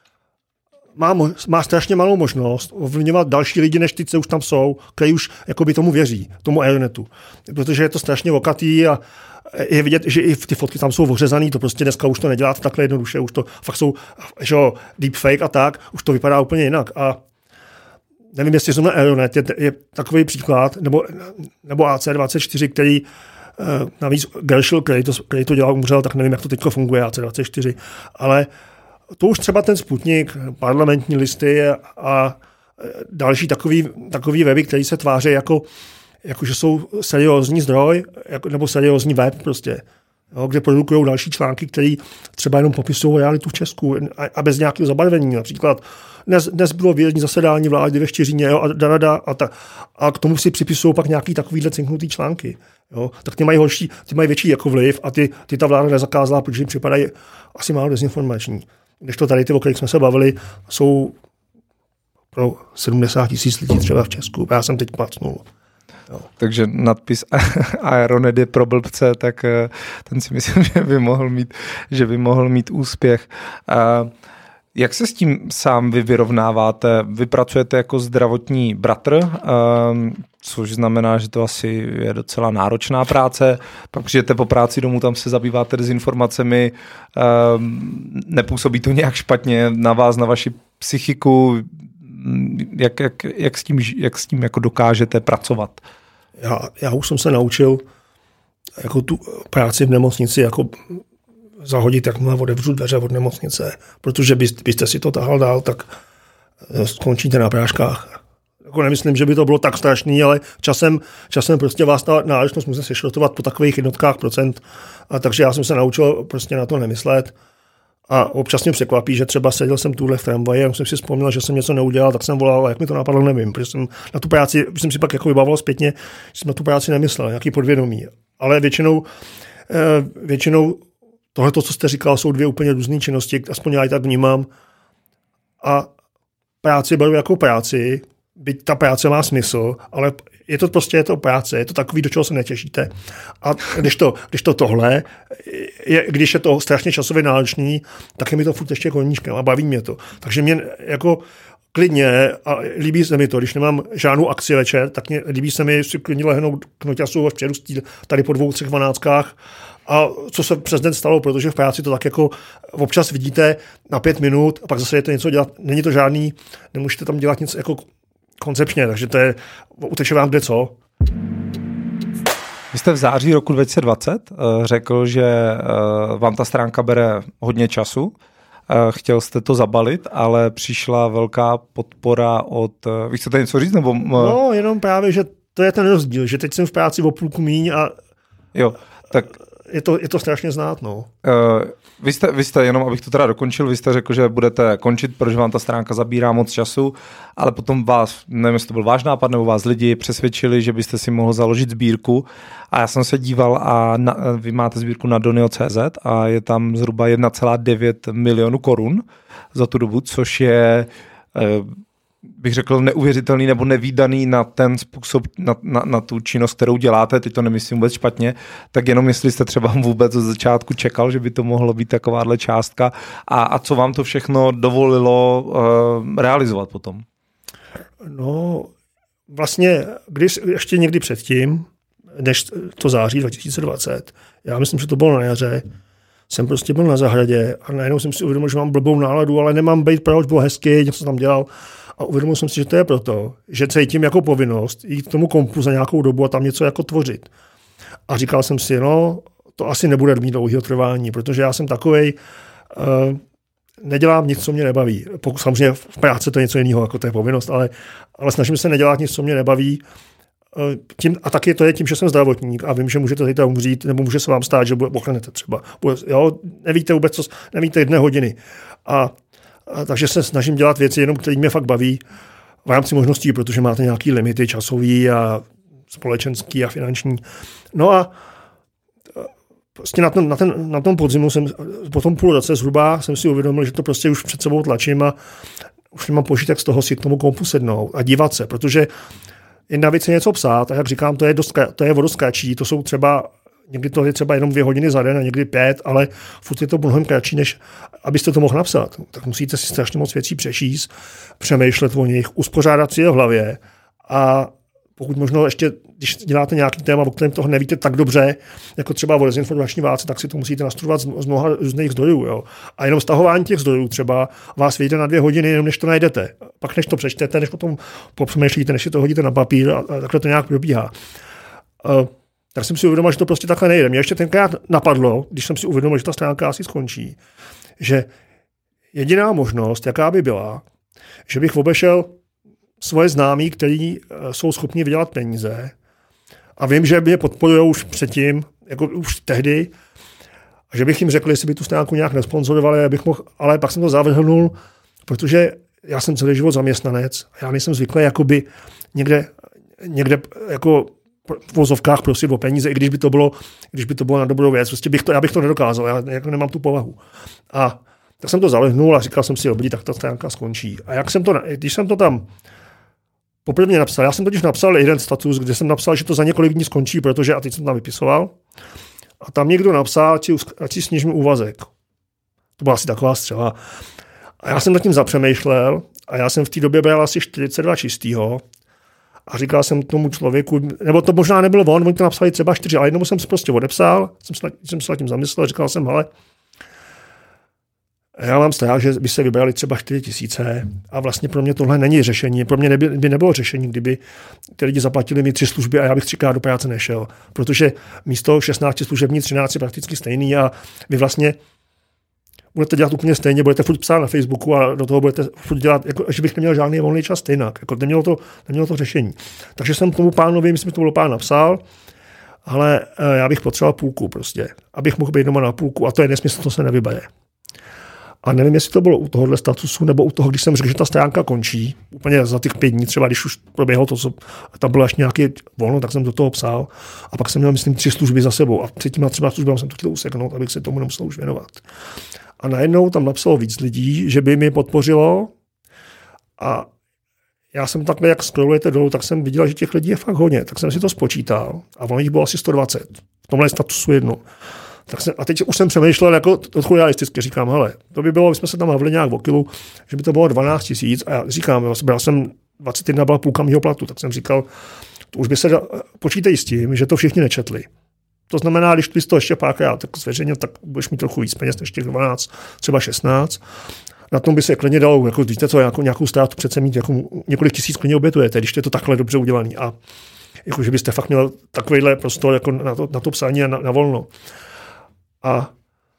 má strašně malou možnost ovlivňovat další lidi, než ty, co už tam jsou, kteří už jakoby tomu věří, tomu Aeronetu. Protože je to strašně okatý a je vidět, že i ty fotky tam jsou ořezaný, to prostě dneska už to nedělá takhle jednoduše, už to fakt jsou, že deepfake a tak, už to vypadá úplně jinak. A nevím, jestli zrovna Aeronet je takový příklad, nebo AC24, který navíc Gershel, který to dělal, umřel, tak nevím, jak to teď funguje, AC24, ale to už třeba ten Sputnik, parlamentní listy a další takový weby, které se tváří jako že jsou seriózní zdroj, nebo seriózní web prostě, jo, kde produkují další články, které třeba jenom popisují realitu v Česku a bez nějakého zabarvení. Například dnes bylo výjezdní zasedání vlády ve Štiříně, jo, a k tomu si připisují pak nějaký takovýhle cinknutý články. Jo, tak ty mají větší jako vliv a ty ta vláda nezakázala, protože jim připadají asi málo dezinformační. Když to tady ty, o kterých jsme se bavili, jsou pro 70 000 lidí třeba v Česku. Já jsem teď plácnul. Jo. Takže nadpis Aeronet je pro blbce, tak ten si myslím, že by mohl mít úspěch. Jak se s tím sám vy vyrovnáváte? Vy pracujete jako zdravotní bratr, což znamená, že to asi je docela náročná práce. Pak přijete po práci domů, tam se zabýváte dezinformacemi. Nepůsobí to nějak špatně na vás, na vaši psychiku? Jak s tím jako dokážete pracovat? Já už jsem se naučil jako tu práci v nemocnici jako zahodit, jakmile otevřu dveře od nemocnice, protože byste si to tahal dál, tak skončíte na práškách. Jako nemyslím, že by to bylo tak strašný, ale časem prostě vás ta náročnost může sešrotovat po takových jednotkách procent. A takže já jsem se naučil prostě na to nemyslet. A občas mě překvapí, že třeba seděl jsem tuhle v tramvaji a jsem si vzpomněl, že jsem něco neudělal, tak jsem volal, a jak mi to napadlo, nevím, protože jsem na tu práci, jsem si pak jako vybavil zpětně, že jsem na tu práci nemyslel, nějaký podvědomí. Ale většinou tohleto, co jste říkal, jsou dvě úplně různé činnosti, aspoň já ji tak vnímám. A práci beru jako práci, byť ta práce má smysl, ale je to práce, je to takový, do čeho se netěšíte. A když to tohle, když je to strašně časově náročný, tak je mi to furt ještě koníčkem a baví mě to. Takže mě jako klidně a líbí se mi to, když nemám žádnou akci večer, tak líbí se mi si klidně lehnout k noťasu až přerůstí tady po 2-3 12. A co se přes den stalo, protože v práci to tak jako občas vidíte na 5 minut a pak zase jdete něco dělat. Není to žádný, nemůžete tam dělat nic jako koncepčně, takže to je, uteče vám kde co. Vy jste v září roku 2020 řekl, že vám ta stránka bere hodně času. Chtěl jste to zabalit, ale přišla velká podpora od... Vy chcete něco říct? Nebo... No, jenom právě, že to je ten rozdíl, že teď jsem v práci o půlku míň a... Jo, tak... Je to strašně znát, no. Vy jste, jenom abych to teda dokončil, vy jste řekl, že budete končit, protože vám ta stránka zabírá moc času, ale potom vás, nevím, jestli to byl váš nápad, nebo vás lidi přesvědčili, že byste si mohl založit sbírku a já jsem se díval a vy máte sbírku na Donio.cz a je tam zhruba 1,9 milionu korun za tu dobu, což je... bych řekl, neuvěřitelný nebo nevídaný na ten způsob, na tu činnost, kterou děláte, teď to nemyslím vůbec špatně, tak jenom jestli jste třeba vůbec od začátku čekal, že by to mohlo být takováhle částka a co vám to všechno dovolilo realizovat potom? No, vlastně, ještě někdy předtím, než to září 2020, já myslím, že to bylo na jaře, jsem prostě byl na zahradě a najednou jsem si uvědomil, že mám blbou náladu, ale nemám být proč, bylo hezky, něco tam dělal. A uvědomil jsem si, že to je proto, že cítím jako povinnost jít k tomu kompu za nějakou dobu a tam něco jako tvořit. A říkal jsem si, no, to asi nebude mít dlouhého trvání, protože já jsem takovej, nedělám nic, co mě nebaví. Samozřejmě v práci to je něco jiného, jako to je povinnost, ale snažím se nedělat nic, co mě nebaví. A taky to je tím, že jsem zdravotník a vím, že můžete tady umřít, nebo může se vám stát, že ochrnete třeba. Nevíte vůbec, nevíte 1 hodiny. A takže se snažím dělat věci, jenom které mě fakt baví v rámci možností, protože máte nějaký limity časový a společenský a finanční. No a prostě na tom podzimu po tom půl roce zhruba jsem si uvědomil, že to prostě už před sebou tlačím a už nemám požitek z toho si k tomu kompu sednout a dívat se, protože jedna věc je něco psát a jak říkám, to je vodoskračí, to jsou třeba, někdy to je třeba jenom 2 hodiny za den a někdy 5, ale furt je to mnohem kratší, než abyste to mohl napsat. Tak musíte si strašně moc věcí přečíst, přemýšlet o nich, uspořádat si je v hlavě a pokud možno ještě, když děláte nějaký téma, o kterém toho nevíte tak dobře, jako třeba o dezinformační válce, tak si to musíte nastudovat z mnoha různých zdrojů. Jo. A jenom stahování těch zdrojů třeba vás vyjde na 2 hodiny, jenom než to najdete. Pak než to přečtete, než potom popřemýšlíte, než si to hodíte na papír a takhle to nějak probíhá. Tak jsem si uvědomil, že to prostě takhle nejde. Mě ještě tenkrát napadlo, když jsem si uvědomil, že ta stránka asi skončí, že jediná možnost, jaká by byla, že bych obešel svoje známí, kteří jsou schopni vydělat peníze a vím, že mě podporují už předtím, jako už tehdy, a že bych jim řekl, jestli by tu stránku nějak nesponzorovali, ale pak jsem to zavrhnul, protože já jsem celý život zaměstnanec a já nejsem zvyklý jakoby někde jako v vozovkách prosit o peníze, i když by to bylo na dobrou věc. Prostě já bych to nedokázal, já jako nemám tu povahu. A tak jsem to zavrhnul a říkal jsem si, dobrý, tak ta stránka skončí. A když jsem to tam poprvé napsal, já jsem totiž napsal jeden status, kde jsem napsal, že to za několik dní skončí, protože, a teď jsem tam vypisoval, a tam někdo napsal, ať si snižme úvazek. To byla asi taková střela. A já jsem nad tím zapřemýšlel a já jsem v té době bral asi 42 čistýho a říkal jsem tomu člověku, nebo to možná nebylo oni to napsali třeba 4, ale jednomu jsem se prostě odepsal, jsem se nad tím zamyslel, říkal jsem, hele, já mám strach, že by se vybrali třeba 4 000 a vlastně pro mě tohle není řešení. Pro mě by nebylo řešení, kdyby ty lidi zaplatili mi 3 služby a já bych 3krát do práce nešel. Protože místo 16 služební 13 je prakticky stejný a vy vlastně budete dělat úplně stejně, budete furt psát na Facebooku a do toho budete furt dělat, jako, že bych neměl žádný volný čas stejnak. Jako, nemělo to řešení. Takže jsem tomu pánovi, myslím, že to byl pán, napsal, ale já bych potřeboval půlku prostě, abych mohl být doma na půlku a to je nesmysl, to se nevybere. A nevím, jestli to bylo u tohohle statusu, nebo u toho, když jsem řekl, že ta stránka končí, úplně za těch 5 dní, třeba když už proběhlo to, co tam bylo až nějaké volno, tak jsem do toho psal. A pak jsem měl, myslím, 3 služby za sebou. A před těma 3 službami jsem to chtěl useknout, abych se tomu nemusel už věnovat. A najednou tam napsalo víc lidí, že by mi podpořilo. A já jsem takhle, jak scrollujete dolů, tak jsem viděl, že těch lidí je fakt hodně. Tak jsem si to spočítal. A ono jich bylo asi 120. V tomhle statusu jedno. A teď už jsem přemýšlel jako trochu realisticky, říkám, hele, to by bylo, my jsme se tam havli nějak v kilu, že by to bylo 12 000 a já říkám, bral jsem 21, byla půlka mýho platu, tak jsem říkal, to už by se počítej s tím, že to všichni nečetli. To znamená, když ty to ještě párkrát tak zveřejnil, tak budeš mít trochu víc peněz než těch 12, třeba 16. Na tom by se klidně dalo, jako víte co, nějakou ztrátu přece mít, jako několik tisíc klidně obětujete, když to je to takhle dobře udělaný. A jako, že byste fakt měl takovýhle prostor jako na to psání a na volno. A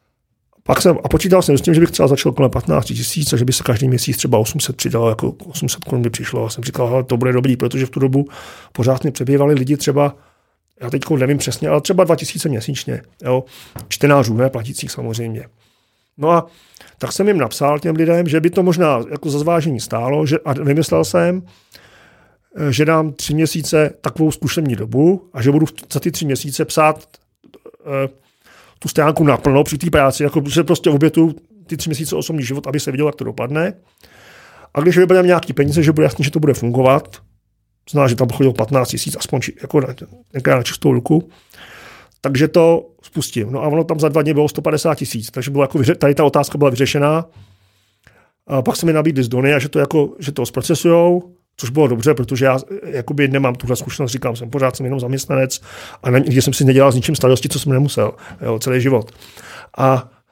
počítal jsem s tím, že bych třeba začal kolem 15 000 a že by se každý měsíc třeba 800 přidalo, jako 800 korun by přišlo. A jsem říkal, hele, to bude dobrý, protože v tu dobu pořád mi přebývali lidi třeba, já teď nevím přesně, ale třeba 2000 měsíčně, jo, čtenářů, ne platících samozřejmě. No a tak jsem jim napsal těm lidem, že by to možná jako za zvážení stálo, a vymyslel jsem, že dám 3 měsíce takovou zkušební dobu a že budu za ty 3 měsíce psát tu stránku naplno při té práci, jako že prostě obětuju ty 3 měsíce osobní život, aby se vidělo, jak to dopadne. A když vybereme nějaký peníze, že bude jasný, že to bude fungovat, znamená, že tam chodilo 15 000, aspoň jako na čistou ruku, takže to spustím. No a ono tam za 2 dny bylo 150 000, takže bylo jako tady ta otázka byla vyřešená. A pak se mi nabídli z Dony a že to zprocesujou, což bylo dobře, protože já jakoby nemám tuhle zkušenost, říkám, pořád jsem jenom zaměstnanec a nikdy jsem si nedělal s ničím starosti, co jsem nemusel, jo, celý život. A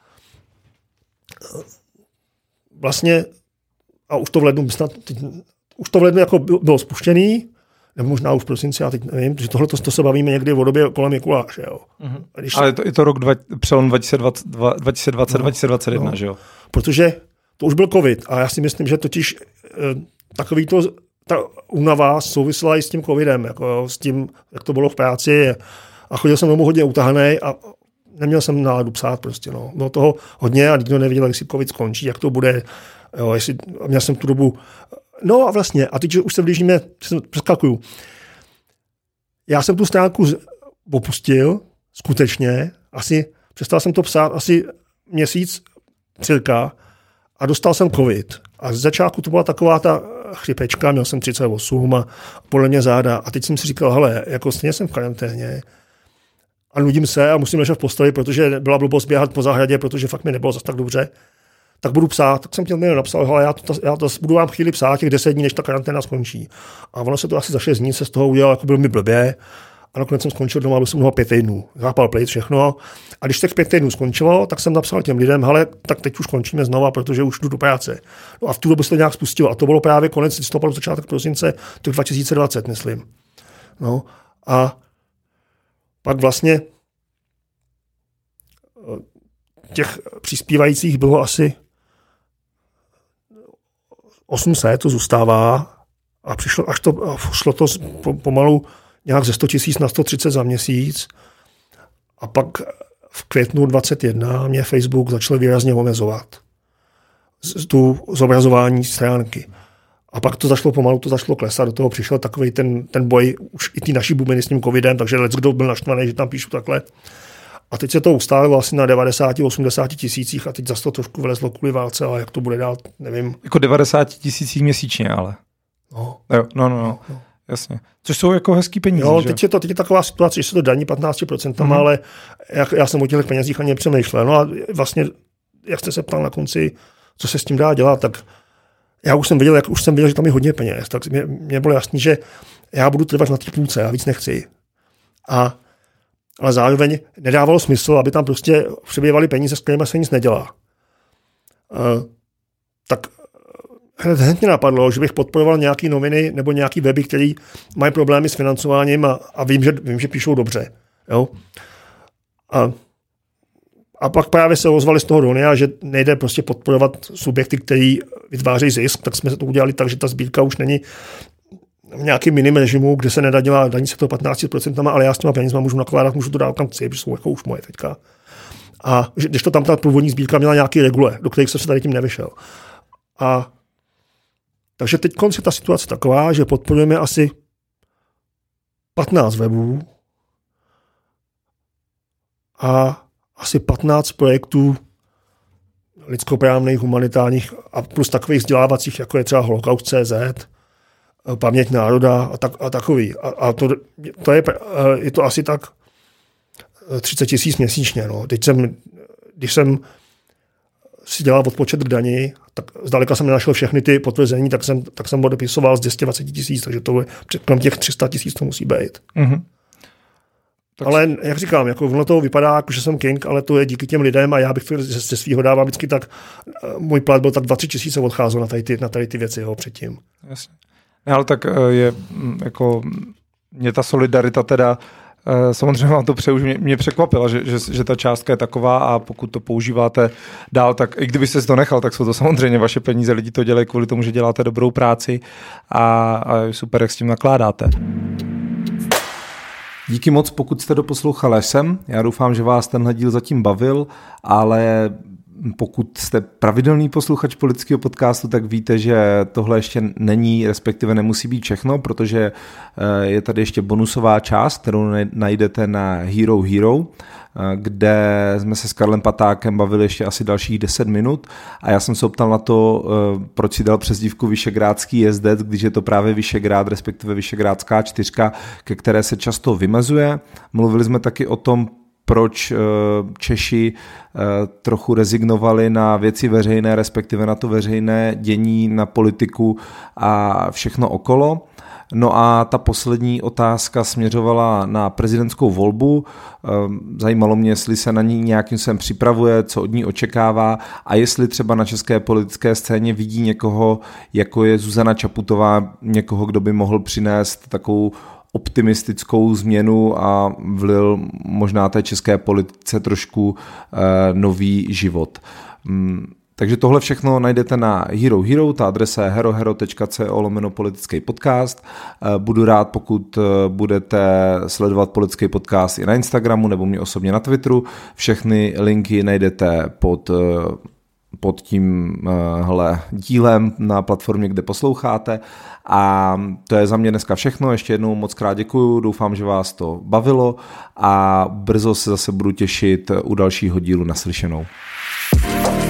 vlastně, a už to v lednu jako bylo spuštěný, nebo možná už v prosinci, já teď nevím, že tohle to se bavíme někdy v době kolem Mikuláše. Jo. Ale je to rok přelom 2020-2021, že jo? Protože to už byl covid a já si myslím, že totiž takový to, ta únava souvisela i s tím covidem, jako jo, s tím, jak to bylo v práci a chodil jsem domů hodně utahanej a neměl jsem náladu psát prostě, no. Bylo toho hodně a nikdo nevěděl, jestli covid skončí, jak to bude, jo, jestli, měl jsem tu dobu. No a vlastně, a teď už se blížíme, přeskakuju. Já jsem tu stránku opustil, skutečně, přestal jsem to psát asi měsíc cirka a dostal jsem covid. A z začátku to byla taková ta chřipečka, měl jsem 38 a podle mě záda. A teď jsem si říkal, hele, jako stejně jsem v karanténě a nudím se a musím ležet v posteli, protože byla blbost běhat po zahradě, protože fakt mi nebylo zase tak dobře. Tak budu psát. Tak jsem těm napsal, hele, já to budu vám chvíli psát těch 10 dní, než ta karanténa skončí. A ono se to asi za 6 dní se z toho udělalo, jako bylo mi blbě. A nakonec jsem skončil doma, byl jsem doma 5 týdnů. Zápal plejt, všechno. A když těch 5 týdnů skončilo, tak jsem napsal těm lidem, hele, tak teď už končíme znova, protože už jdu do práce. No a v tu dobu se to nějak spustilo. A to bylo právě konec listopadu, začátek prosince 2020, myslím. No a pak vlastně těch přispívajících bylo asi 800, to zůstává. A šlo to pomalu nějak ze 100 000 na 130 za měsíc. A pak v květnu 2021 mě Facebook začal výrazně omezovat tu zobrazování stránky. A pak to začalo klesat, do toho přišel takový ten boj už i ty naší bubeny s tím covidem, takže kdo byl naštvaný, že tam píšu takhle. A teď se to ustálilo asi na 90-80 tisících a teď zase to trošku vylezlo kvůli válce, ale jak to bude dál, nevím. Jako 90 tisících měsíčně, ale. No. Jasně. Což jsou jako hezký peníze, jo, že? Teď je taková situace, že se to daní 15%, ale já jsem o těch penězích ani nepřemýšlel. No a vlastně, jak jste se ptal na konci, co se s tím dá dělat, tak já už jsem viděl, že tam je hodně peněz, tak mě bylo jasný, že já budu trvat na té půlce, já víc nechci. Ale zároveň nedávalo smysl, aby tam prostě přibývaly peníze, s kterými se nic nedělá. Tak hned mě napadlo, že bych podporoval nějaké noviny nebo nějaké weby, které mají problémy s financováním a vím, že píšou dobře. Jo? A pak právě se ozvali z toho Donia, že nejde prostě podporovat subjekty, který vytvářejí zisk, tak jsme to udělali tak, že ta sbírka už není v nějakým minim režimu, kde se nedaní, daní se to 15%, ale já s těma penězma můžu nakládat, můžu to dát kam chci, protože jsou jako už moje teďka. A když to tam ta původní sbírka měla nějaký regule, do kterých jsem se tady tím nevyšel. Takže teď je ta situace taková, že podporujeme asi 15 webů a asi 15 projektů lidskoprávných, humanitárních a plus takových vzdělávacích, jako je třeba Holocaust.cz, Paměť národa a takový. A to je to asi tak 30 000 měsíčně. No. Když jsem si dělal odpočet k dani, tak zdaleka jsem nenašel všechny ty potvrzení, tak jsem odepisoval z 220 000, takže to je předklam těch 300 000 to musí být. Mm-hmm. Ale jak říkám, jako ono to vypadá, jako že jsem king, ale to je díky těm lidem a já bych to ze svýho dával vždycky tak, můj plat byl tak 20 000 odcházel na tady ty věci předtím. Jasně. Ale tak je jako mě ta solidarita teda samozřejmě vám to mě překvapila, že ta částka je taková a pokud to používáte dál, tak i kdybyste si to nechal, tak jsou to samozřejmě vaše peníze, lidi to dělají kvůli tomu, že děláte dobrou práci a super, jak s tím nakládáte. Díky moc, pokud jste doposlouchali sem. Já doufám, že vás tenhle díl zatím bavil, ale pokud jste pravidelný posluchač politického podcastu, tak víte, že tohle ještě není, respektive nemusí být všechno, protože je tady ještě bonusová část, kterou najdete na Hero Hero, kde jsme se s Karlem Patákem bavili ještě asi dalších 10 minut a já jsem se optal na to, proč si dal přezdívku Vyšegrádský jezdec, když je to právě Vyšegrád, respektive Vyšegrádská čtyřka, ke které se často vymezuje. Mluvili jsme taky o tom, proč Češi trochu rezignovali na věci veřejné, respektive na to veřejné dění, na politiku a všechno okolo. No a ta poslední otázka směřovala na prezidentskou volbu. Zajímalo mě, jestli se na ní nějakým způsobem připravuje, co od ní očekává a jestli třeba na české politické scéně vidí někoho, jako je Zuzana Čaputová, někoho, kdo by mohl přinést takovou optimistickou změnu a vlil možná té české politice trošku nový život. Takže tohle všechno najdete na Hero Hero, ta adresa je herohero.co/politický podcast. Budu rád, pokud budete sledovat politický podcast i na Instagramu nebo mě osobně na Twitteru. Všechny linky najdete pod tímhle dílem na platformě, kde posloucháte. A to je za mě dneska všechno. Ještě jednou moc krát děkuju, doufám, že vás to bavilo a brzo se zase budu těšit u dalšího dílu. Naslyšenou.